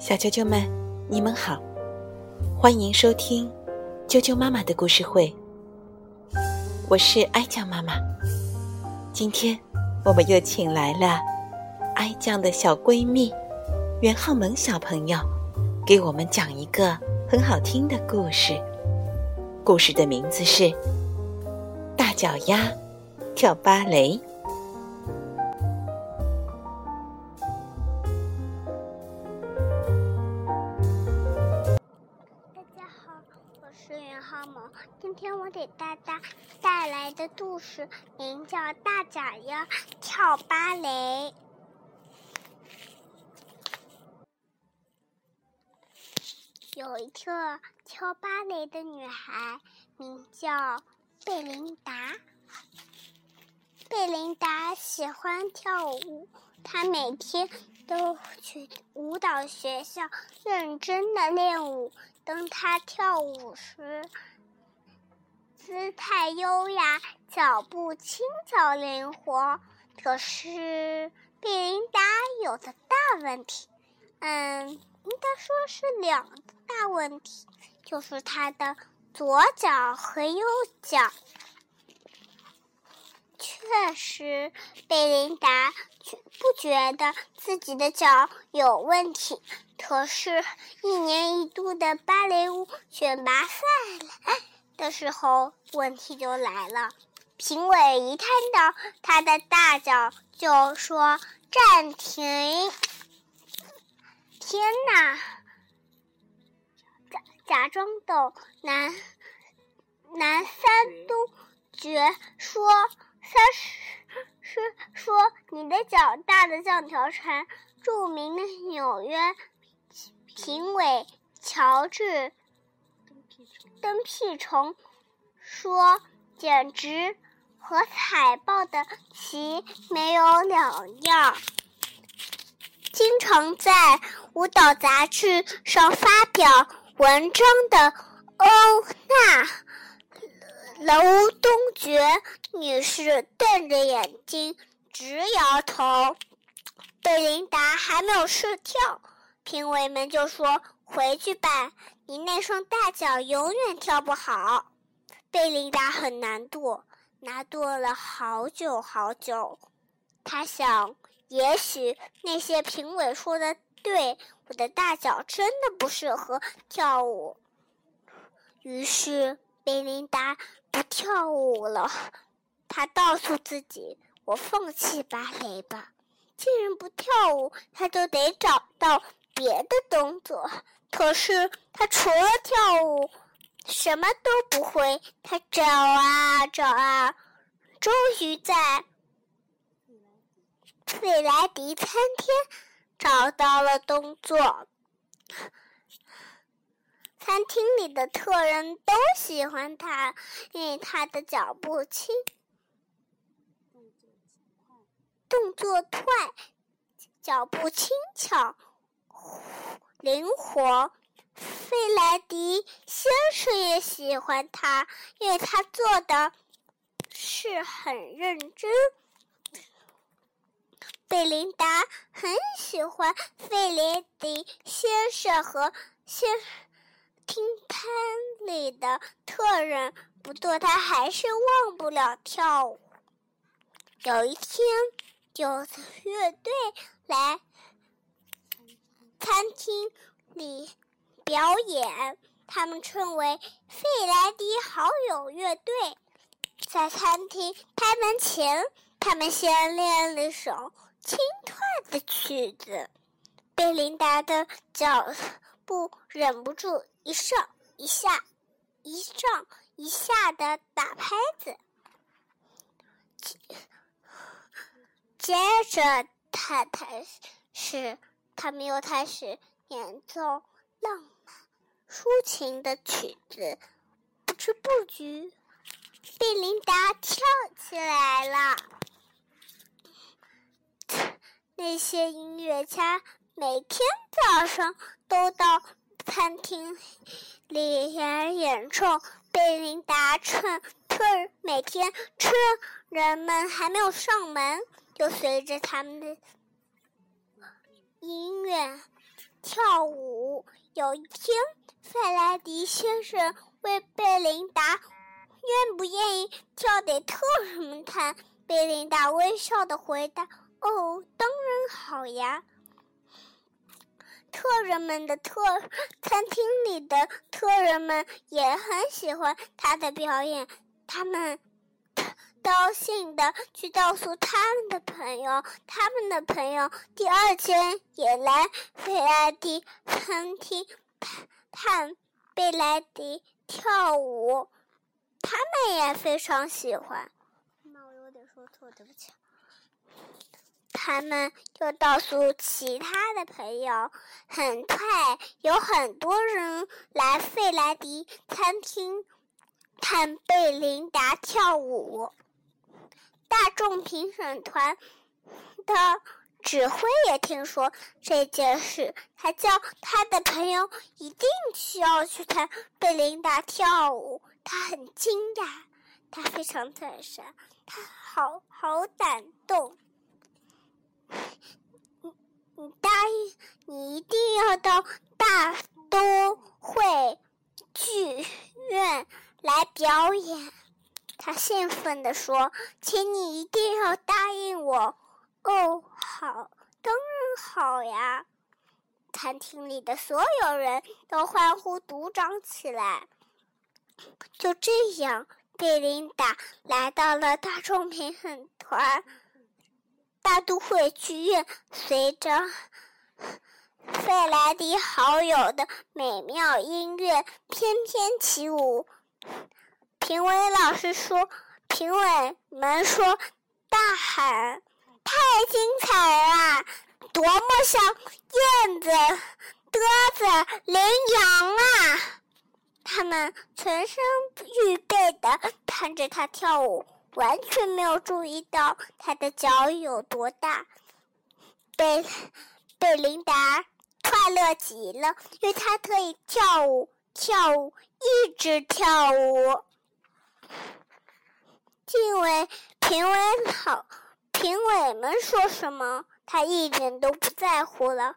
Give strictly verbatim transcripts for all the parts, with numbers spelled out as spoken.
小啾啾们，你们好，欢迎收听啾啾妈妈的故事会。我是哀酱妈妈，今天我们又请来了哀酱的小闺蜜袁浩萌小朋友，给我们讲一个很好听的故事。故事的名字是大脚丫跳芭蕾。 我是袁浩萌，今天我给大家带来的故事名叫《大脚丫跳芭蕾》。有一个跳芭蕾的女孩，名叫贝琳达。贝琳达喜欢跳舞，她每天都去舞蹈学校认真的练舞。当她跳舞时，姿态优雅，脚步轻巧灵活。可是贝琳达有个大问题，嗯，应该说是两个大问题，就是她的左脚和右脚。确实，贝琳达不觉得自己的脚有问题，可是，一年一度的芭蕾舞选拔赛来的时候，问题就来了。评委一看到她的大脚，就说：“暂停！”天哪！假假装抖男男三都觉说。他是是说你的脚大得像条船。著名的纽约评委乔治登屁虫说，简直和海豹的鳍没有两样。经常在舞蹈杂志上发表文章的欧娜楼东爵女士瞪着眼睛直摇头。贝琳达还没有试跳，评委们就说：“回去吧，你那双大脚永远跳不好。”贝琳达很难过，难过了好久好久。她想，也许那些评委说的对，我的大脚真的不适合跳舞。于是贝琳达不跳舞了，她告诉自己：“我放弃芭蕾吧。既然不跳舞，她就得找到别的动作。”可是她除了跳舞，什么都不会。她找啊找啊，终于在费莱迪餐厅找到了动作。餐厅里的客人都喜欢她，因为她的脚步轻，动作快，脚步轻巧，灵活。费莱迪先生也喜欢她，因为她做的是很认真。贝琳达很喜欢费莱迪先生和先生。厅摊里的客人，不过他还是忘不了跳舞。有一天，有个乐队来餐厅里表演，他们称为费莱迪好友乐队。在餐厅开门前，他们先练了一首轻快的曲子。贝琳达的脚步忍不住一上一下一上一下的打拍子，接着他开始他们又开始演奏浪漫抒情的曲子。不知不觉贝琳达跳起来了。那些音乐家每天早上都到餐厅里演奏。贝琳达趁客每天趁人们还没有上门，就随着他们的音乐跳舞。 有一天，费莱迪先生问贝琳达愿不愿意跳给特人们看。贝琳达微笑地回答：哦，当然好呀。特人们的特餐厅里的特人们也很喜欢他的表演，他们高兴地去告诉他们的朋友，他们的朋友第二天也来费莱迪餐厅看贝莱迪跳舞，他们也非常喜欢。那我有点说错，对不起。他们又告诉其他的朋友，很快有很多人来费莱迪餐厅看贝琳达跳舞。大众评审团的指挥也听说这件事，他叫他的朋友一定需要去看贝琳达跳舞。他很惊讶，他非常赞赏，他好好感动。你你答应，你一定要到大都会剧院来表演。他兴奋地说：请你一定要答应我。哦，好，当然好呀。餐厅里的所有人都欢呼鼓掌起来。就这样，贝琳达来到了大众评审团大都会剧院，随着费莱迪好友的美妙音乐翩翩起舞。评委老师说，评委们说，大喊：太精彩了，多么像燕子、鸽子、羚羊啊！他们全身预备地看着他跳舞，完全没有注意到他的脚有多大。贝贝琳达快乐极了，因为他可以跳舞跳舞一直跳舞。评委评委老评委们说什么，他一点都不在乎了。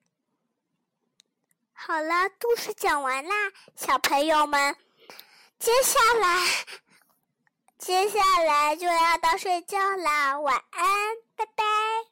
好了，故事讲完啦，小朋友们，接下来接下来就要到睡觉啦，晚安，拜拜。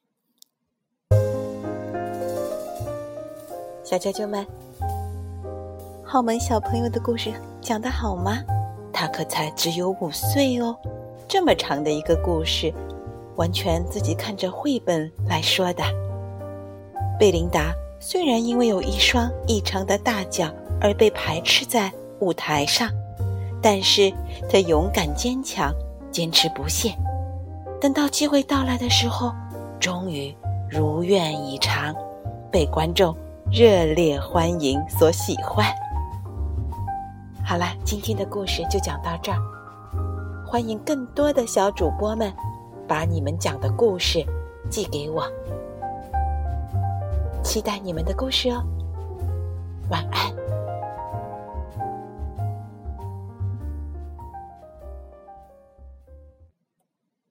小啾啾们，浩门小朋友的故事讲得好吗？他可才只有五岁哦，这么长的一个故事，完全自己看着绘本来说的。贝琳达虽然因为有一双异常的大脚而被排斥在舞台上，但是她勇敢坚强，坚持不懈。等到机会到来的时候，终于如愿以偿，被观众热烈欢迎所喜欢。好了，今天的故事就讲到这儿，欢迎更多的小主播们把你们讲的故事寄给我，期待你们的故事哦。晚安。